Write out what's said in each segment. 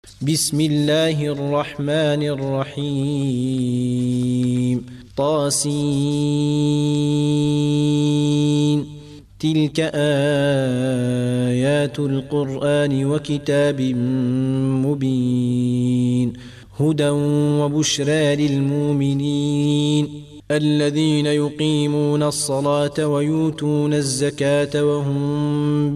بسم الله الرحمن الرحيم طاسين تلك آيات القرآن وكتاب مبين هدى وبشرى للمؤمنين الذين يقيمون الصلاة ويؤتون الزكاة وهم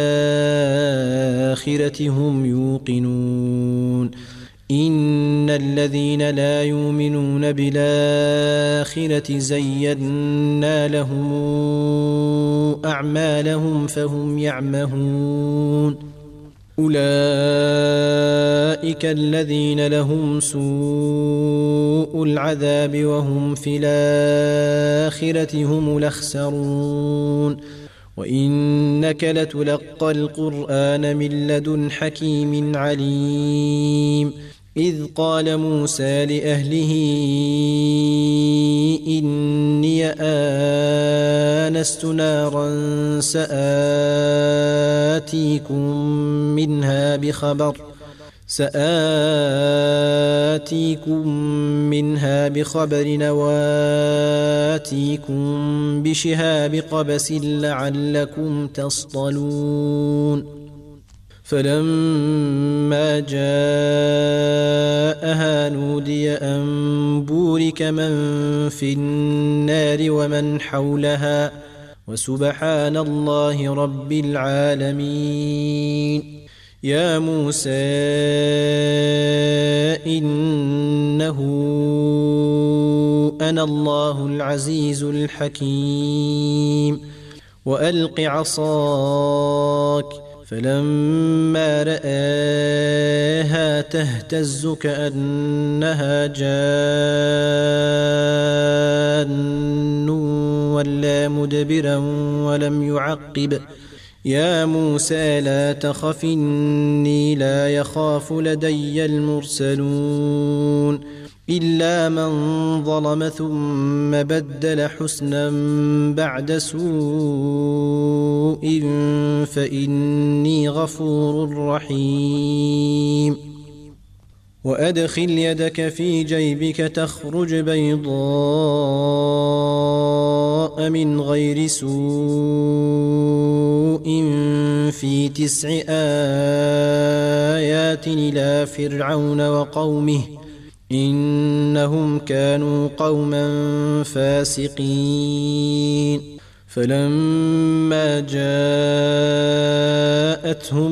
بالآخرة هم يوقنون إن الذين لا يؤمنون بالآخرة زينا لهم أعمالهم فهم يعمهون أولئك الذين لهم سوء العذاب وهم في الآخرة هم الأخسرون وإنك لتلقى القرآن من لدن حكيم عليم إذ قال موسى لأهله إني آنست نارا سآتيكم منها بخبر وآتيكم بشهاب قبس لعلكم تصطلون فلما جاءها نودي أن بورك من في النار ومن حولها وسبحان الله رب العالمين يا موسى إنه أنا الله العزيز الحكيم وألق عصاك فلما رآها تهتز كأنها جان ولا مدبرا ولم يعقب يا موسى لا تخف إني لا يخاف لدي المرسلون إلا من ظلم ثم بدل حسنا بعد سوء فإني غفور رحيم وأدخل يدك في جيبك تخرج بيضاء من غير سوء في 9 آيات إلى فرعون وقومه إنهم كانوا قوما فاسقين فلما جاءتهم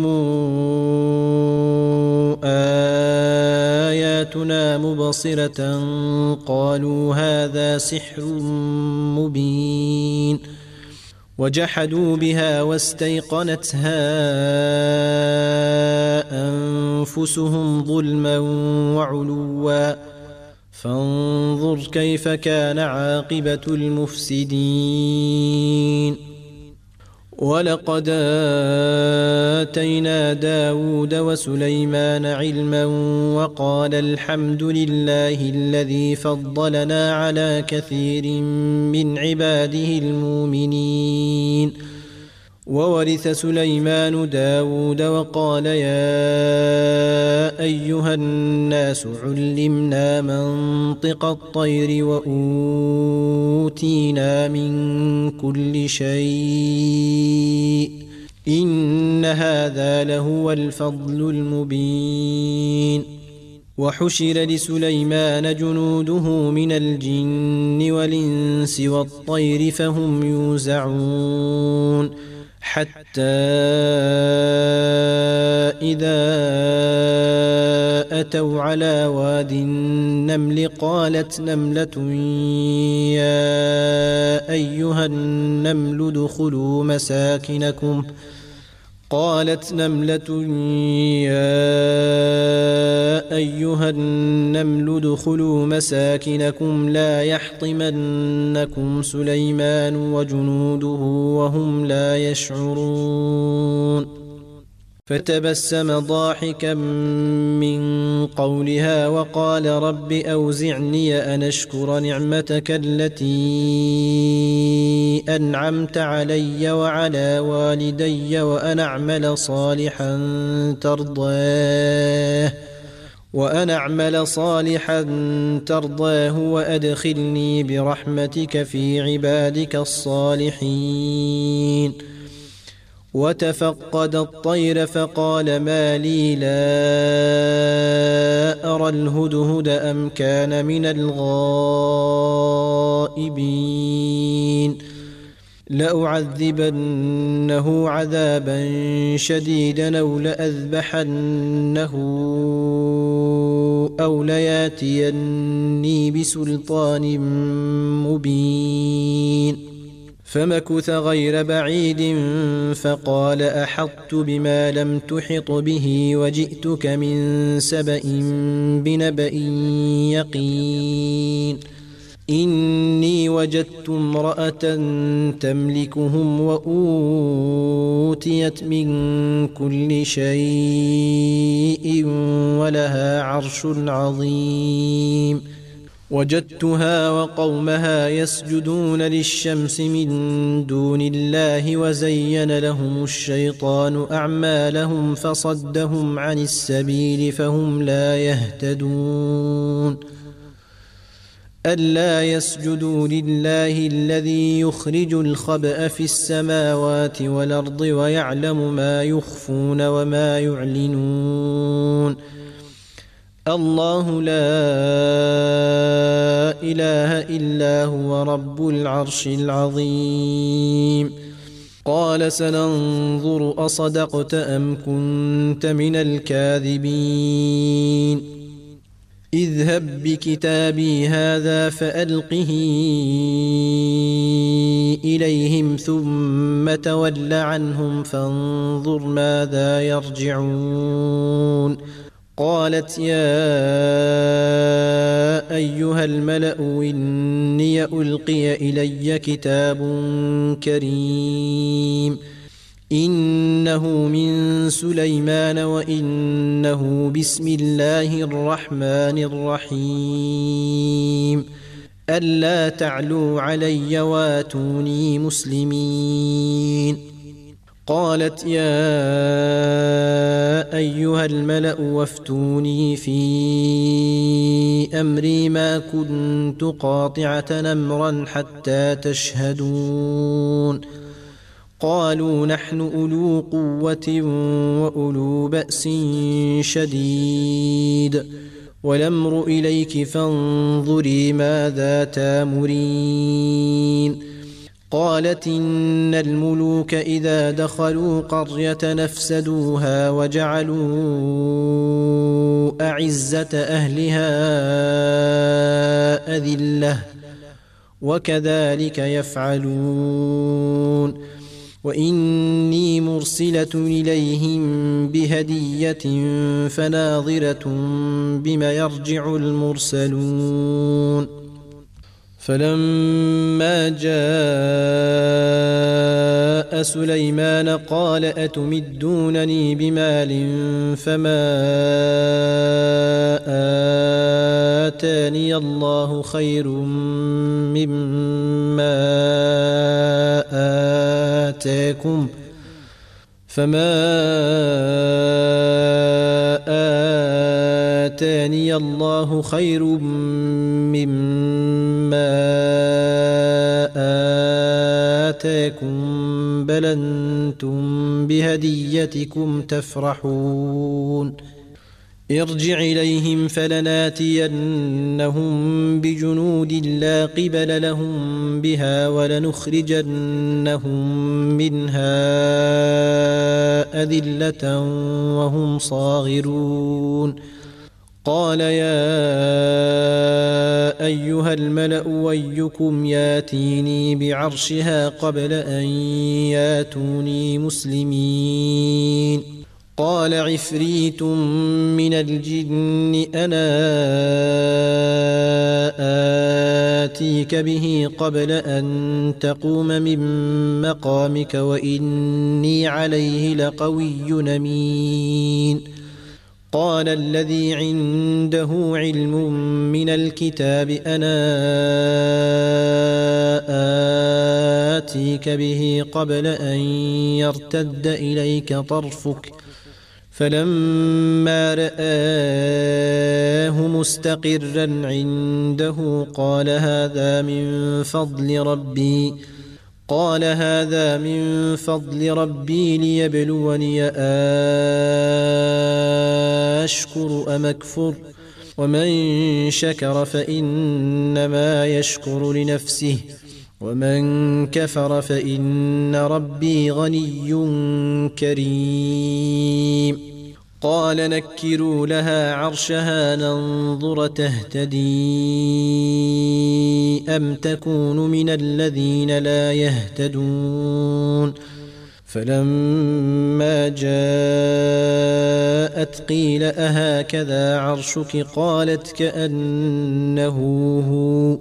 آياتنا مبصرة قالوا هذا سحر مبين وجحدوا بها واستيقنتها أنفسهم ظلما وعلوا فانظر كيف كان عاقبة المفسدين ولقد آتينا داود وسليمان علما وقال الحمد لله الذي فضلنا على كثير من عباده المؤمنين وورث سليمان داود وقال يا أيها الناس علمنا منطق الطير وأوتينا من كل شيء إن هذا لهو الفضل المبين وحشر لسليمان جنوده من الجن والإنس والطير فهم يوزعون حتى إذا أتوا على واد النمل قالت نملة يا أيها النمل ادخلوا مساكنكم لا يحطمنكم سليمان وجنوده وهم لا يشعرون فتبسم ضاحكا من قولها وقال رب أوزعني أن أشكر نعمتك التي أنعمت علي وعلى والدي وأن أعمل صالحا ترضاه وأدخلني برحمتك في عبادك الصالحين. وتفقد الطير فقال ما لي لا أرى الهدهد أم كان من الغائبين لأعذبنه عذابا شديدا أو لأذبحنه أو لياتيني بسلطان مبين. فمكث غير بعيد فقال أحطت بما لم تحط به وجئتك من سبأ بنبأ يقين. إني وجدت امرأة تملكهم وأوتيت من كل شيء ولها عرش عظيم. وجدتها وقومها يسجدون للشمس من دون الله وزين لهم الشيطان أعمالهم فصدهم عن السبيل فهم لا يهتدون. ألا يسجدوا لله الذي يخرج الخبأ في السماوات والأرض ويعلم ما يخفون وما يعلنون. الله لا إله إلا هو رب العرش العظيم. قال سننظر أصدقت أم كنت من الكاذبين. اذهب بكتابي هذا فألقه إليهم ثم تول عنهم فانظر ماذا يرجعون. قالت يا أيها الملأ إني ألقي إلي كتاب كريم إنه من سليمان وإنه بسم الله الرحمن الرحيم ألا تعلوا علي واتوني مسلمين. قالت يا أيها الملأ وافتوني في أمري ما كنت قاطعة أمرا حتى تشهدون. قالوا نحن أولو قوة وأولو بأس شديد والأمر إليك فانظري ماذا تامرين. قالت إن الملوك إذا دخلوا قرية نفسدوها وجعلوا أعزة أهلها أذلة وكذلك يفعلون. وإني مرسلة إليهم بهدية فناظرة بما يرجع المرسلون. فلما جاء سليمان قال أتمدونني بمال فما آتاني الله خير مما آتاكم آتاني الله خير مما آتاكم بل أنتم بهديتكم تفرحون. ارجع إليهم فلناتينهم بجنود لا قبل لهم بها ولنخرجنهم منها أذلة وهم صاغرون. قال يا أيها الملأ ويكم ياتيني بعرشها قبل أن ياتوني مسلمين. قال عفريت من الجن أنا آتيك به قبل أن تقوم من مقامك وإني عليه لقوي أمين. قال الذي عنده علم من الكتاب أنا آتيك به قبل أن يرتد إليك طرفك فلما رآه مستقرا عنده قال هذا من فضل ربي ليبلوني أشكر أم أكفر ومن شكر فإنما يشكر لنفسه ومن كفر فإن ربي غني كريم قال نكروا لها عرشها ننظر تهتدي أم تكون من الذين لا يهتدون فلما جاءت قيل أهكذا عرشك قالت كأنه هو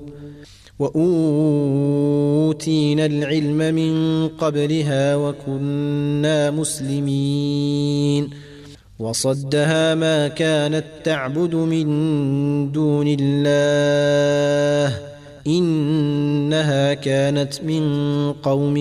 وأوتينا العلم من قبلها وكنا مسلمين وصدها ما كانت تعبد من دون الله إنها كانت من قوم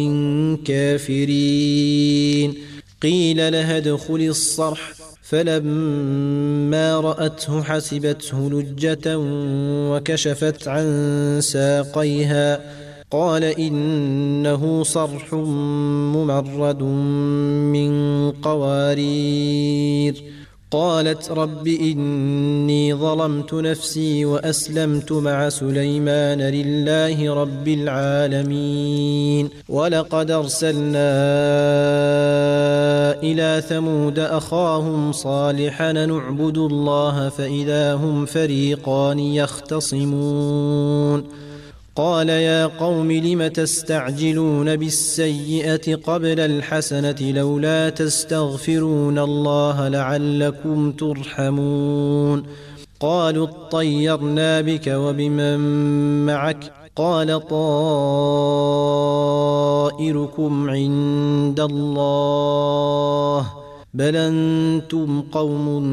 كافرين قيل لها ادخل الصرح فلما رأته حسبته لجة وكشفت عن ساقيها قال إنه صرح ممرد من قوارير قالت رب إني ظلمت نفسي وأسلمت مع سليمان لله رب العالمين ولقد أرسلنا إلى ثمود أخاهم صالحا نعبد الله فإذا هم فريقان يختصمون قال يا قوم لم تستعجلون بالسيئة قبل الحسنة لولا تستغفرون الله لعلكم ترحمون قالوا اطيرنا بك وبمن معك قال طائركم عند الله بل أنتم قوم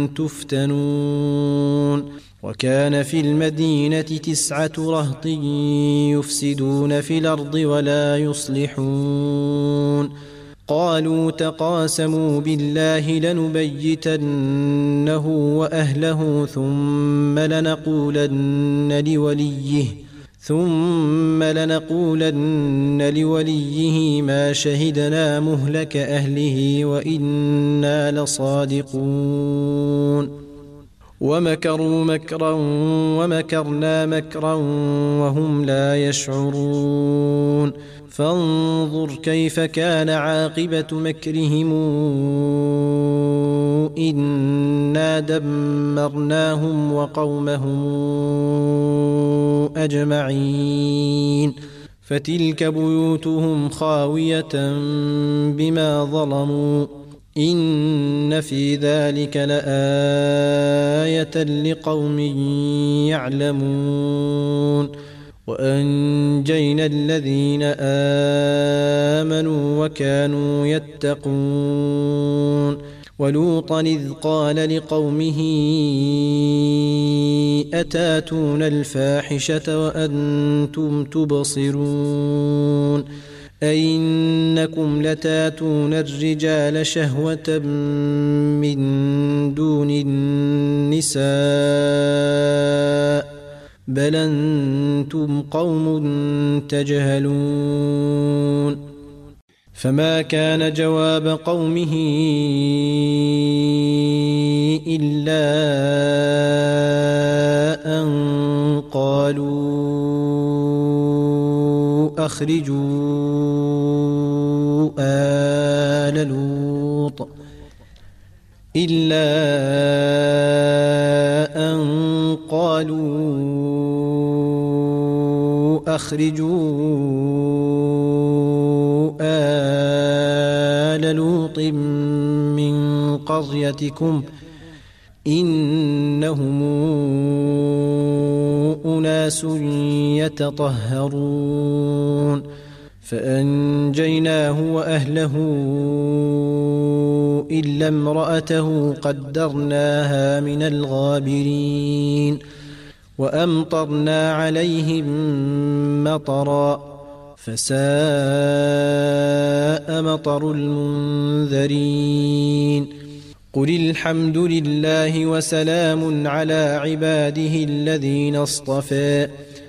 تفتنون وكان في المدينة 9 رهط يفسدون في الأرض ولا يصلحون قالوا تقاسموا بالله لنبيتنه وأهله ثم لنقولن لوليه ما شهدنا مهلك أهله وإنا لصادقون ومكروا مكرا ومكرنا مكرا وهم لا يشعرون فانظر كيف كان عاقبة مكرهم إنا دمرناهم وقومهم أجمعين فتلك بيوتهم خاوية بما ظلموا إن في ذلك لآية لقوم يعلمون وأنجينا الذين آمنوا وكانوا يتقون ولوطا إذ قال لقومه أتاتون الفاحشة وأنتم تبصرون أئنكم لتاتون الرجال شهوة من دون النساء بل أنتم قوم تجهلون فما كان جواب قومه إلا أن قالوا أخرجوا آل لوط آل لوط من قريتكم إنهم أناس يتطهرون فأنجيناه وأهله إلا امرأته قدرناها من الغابرين وأمطرنا عليهم مطرا فساء مطر المنذرين قل الحمد لله وسلام على عباده الذين اصطفى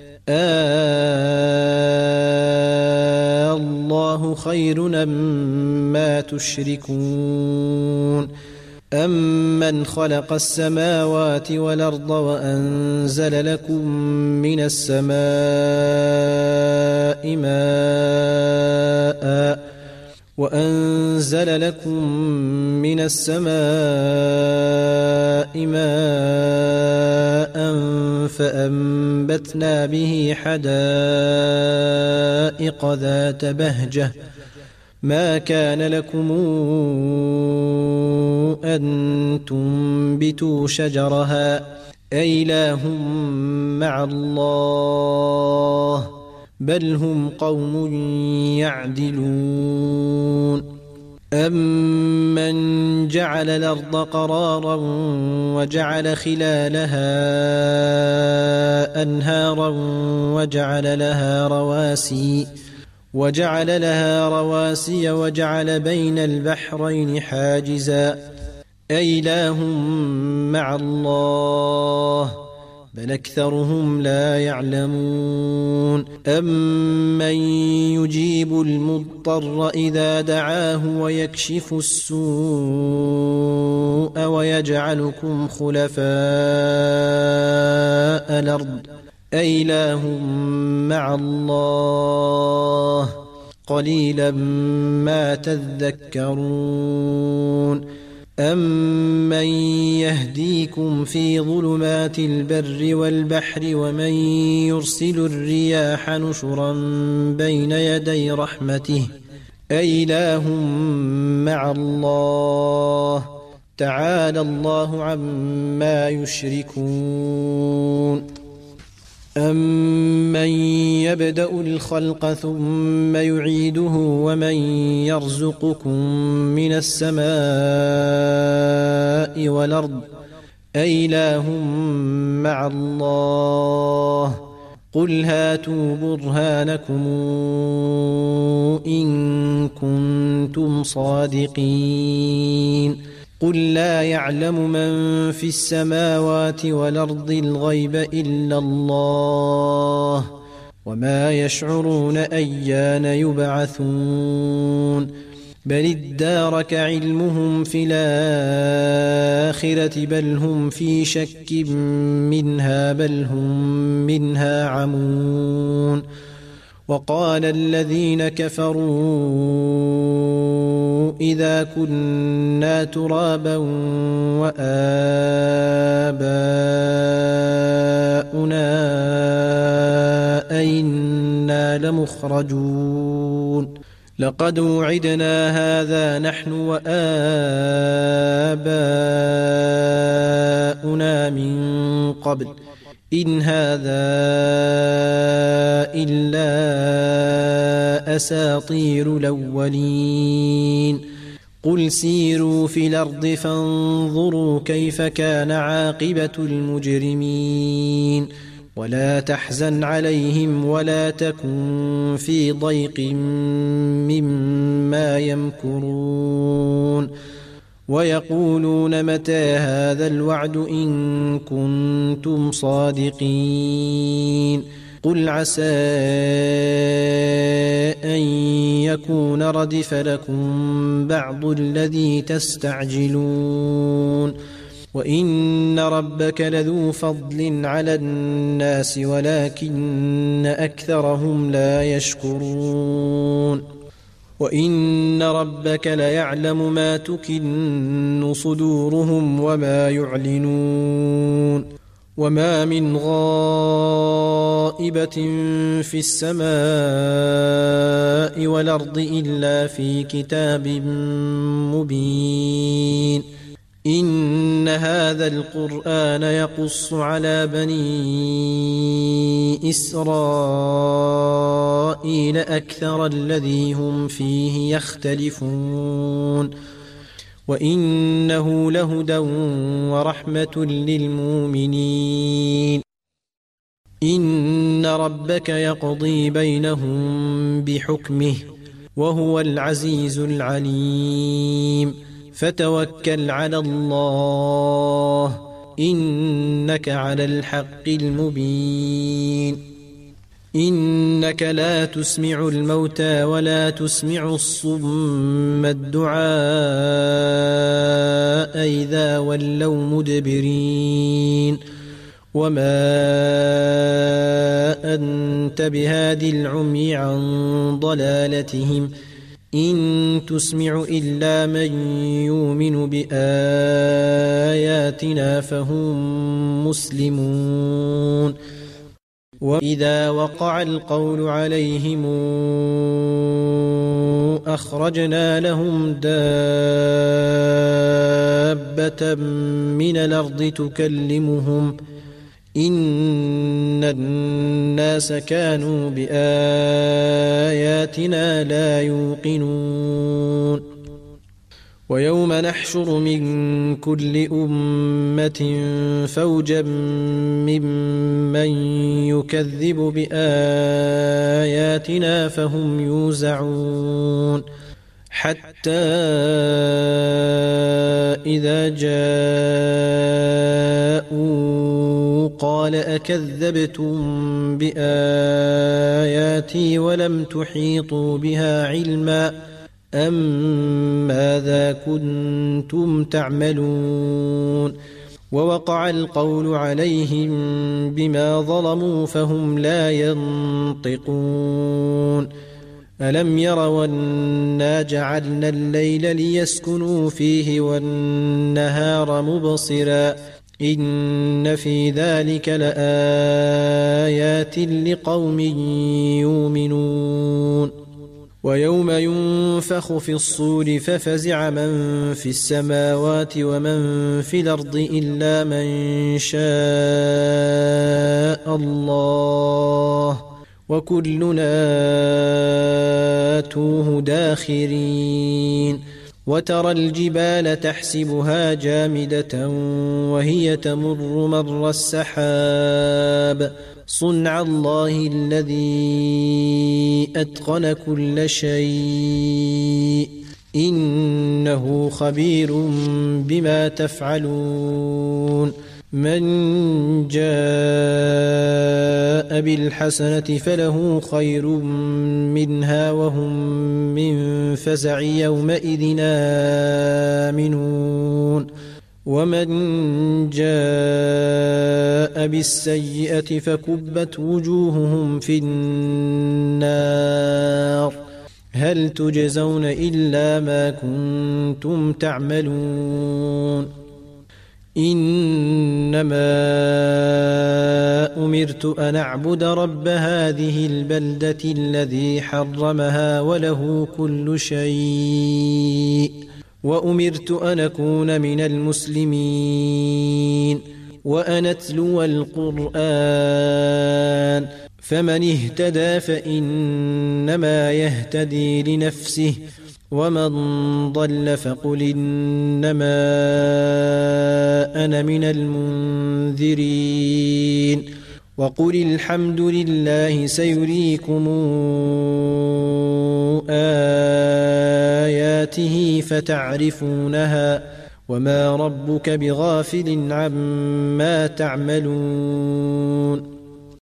الله خير أمّا تشركون أمن خلق السماوات والأرض وأنزل لكم من السماء ماء فأنبتنا به حدائق ذات بهجة ما كان لكم أن تنبتوا شجرها أإله مع الله بل هم قوم يعدلون أمن جعل الأرض قرارا وجعل خلالها أنهارا وجعل لها رواسي وجعل بين البحرين حاجزا أإله مع الله بل أكثرهم لا يعلمون أمن يجيب المضطر إذا دعاه ويكشف السوء ويجعلكم خلفاء الأرض أإله مع الله قليلا ما تذكرون أمن يهديكم في ظلمات البر والبحر ومن يرسل الرياح نشرا بين يدي رحمته أإله مع الله تعالى الله عما يشركون أمن يبدأ الخلق ثم يعيده ومن يرزقكم من السماء والأرض أإله مع الله قل هاتوا برهانكم إن كنتم صادقين قل لا يعلم من في السماوات والأرض الغيب إلا الله وما يشعرون أيان يبعثون بل ادارك علمهم في الآخرة بل هم في شك منها بل هم منها عمون وقال الذين كفروا إذا كنا ترابا وآباؤنا أئنا لمخرجون لقد وعدنا هذا نحن وآباؤنا من قبل إن هذا إلا أساطير الأولين قل سيروا في الأرض فانظروا كيف كان عاقبة المجرمين ولا تحزن عليهم ولا تكن في ضيق مما يمكرون ويقولون متى هذا الوعد إن كنتم صادقين قل عسى أن يكون ردف لكم بعض الذي تستعجلون وإن ربك لذو فضل على الناس ولكن أكثرهم لا يشكرون وإن ربك ليعلم ما تكن صدورهم وما يعلنون وما من غائبة في السماء والأرض إلا في كتاب مبين إن هذا القرآن يقص على بني إسرائيل أكثر الذي هم فيه يختلفون وإنه لهدى ورحمة للمؤمنين. إن ربك يقضي بينهم بحكمه وهو العزيز العليم. فتوكل على الله إنك على الحق المبين. إنك لا تسمع الموتى ولا تسمع الصم الدعاء إذا ولوا مدبرين وما أنت بهاد العمي عن ضلالتهم إن تسمع إلا من يؤمن بآياتنا فهم مسلمون. وإذا وقع القول عليهم أخرجنا لهم دابة من الأرض تكلمهم إن الناس كانوا بآياتنا لا يوقنون. ويوم نحشر من كل أمة فوجا ممن يكذب بآياتنا فهم يوزعون حتى إذا جاءوا قال أكذبتم بآياتي ولم تحيطوا بها علما أم ماذا كنتم تعملون. ووقع القول عليهم بما ظلموا فهم لا ينطقون. ألم يروا أنا جعلنا الليل ليسكنوا فيه والنهار مبصرا إن في ذلك لآيات لقوم يؤمنون. ويوم ينفخ في الصور ففزع من في السماوات ومن في الأرض إلا من شاء الله وكلنا آتوه داخرين. وترى الجبال تحسبها جامدة وهي تمر مر السحاب صنع الله الذي أتقن كل شيء إنه خبير بما تفعلون. من جاء بالحسنة فله خير منها وهم من فزع يومئذ آمنون. ومن جاء بالسيئة فكبت وجوههم في النار هل تجزون إلا ما كنتم تعملون. إنما أمرت أن أعبد رب هذه البلدة الذي حرمها وله كل شيء وأمرت أن أكون من المسلمين وأن أتلو القرآن فمن اهتدى فإنما يهتدي لنفسه ومن ضل فقل إنما أنا من المنذرين. وقل الحمد لله سيريكم آياته فتعرفونها وما ربك بغافل عما تعملون.